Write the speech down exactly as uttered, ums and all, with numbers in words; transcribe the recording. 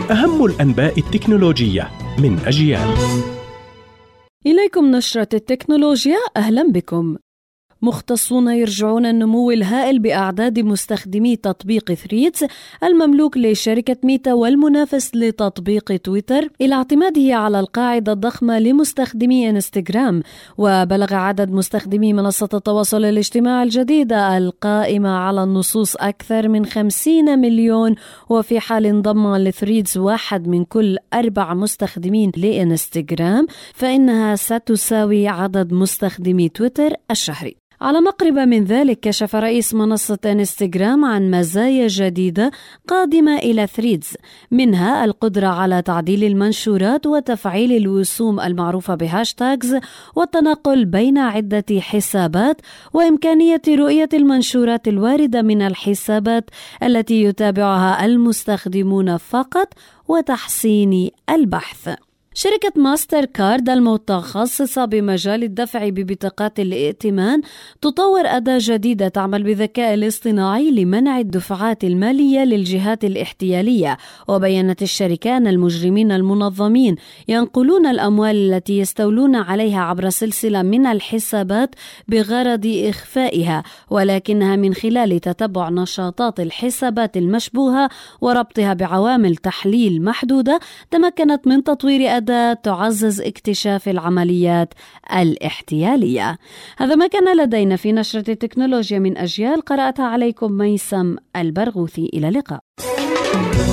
أهم الأنباء التكنولوجية من أجيال. إليكم نشرة التكنولوجيا، أهلا بكم. مختصون يرجعون النمو الهائل بأعداد مستخدمي تطبيق ثريدز المملوك لشركة ميتا والمنافس لتطبيق تويتر إلى اعتماده على القاعدة الضخمة لمستخدمي انستغرام. وبلغ عدد مستخدمي منصة التواصل الاجتماعي الجديدة القائمة على النصوص أكثر من خمسين مليون، وفي حال انضم لثريدز واحد من كل أربع مستخدمين لإنستغرام فإنها ستساوي عدد مستخدمي تويتر الشهري. على مقرب من ذلك، كشف رئيس منصة انستغرام عن مزايا جديدة قادمة إلى ثريدز، منها القدرة على تعديل المنشورات وتفعيل الوسوم المعروفة بهاشتاغز والتنقل بين عدة حسابات، وإمكانية رؤية المنشورات الواردة من الحسابات التي يتابعها المستخدمون فقط، وتحسين البحث. شركة ماستر كارد المتخصصة بمجال الدفع ببطاقات الائتمان تطور أداة جديدة تعمل بالذكاء الاصطناعي لمنع الدفعات المالية للجهات الاحتيالية. وبيّنت الشركة أن المجرمين المنظمين ينقلون الأموال التي يستولون عليها عبر سلسلة من الحسابات بغرض إخفائها، ولكنها من خلال تتبع نشاطات الحسابات المشبوهة وربطها بعوامل تحليل محدودة تمكنت من تطوير أداة تعزز اكتشاف العمليات الاحتيالية. هذا ما كان لدينا في نشرة التكنولوجيا من أجيال، قرأتها عليكم ميسم البرغوثي. إلى اللقاء.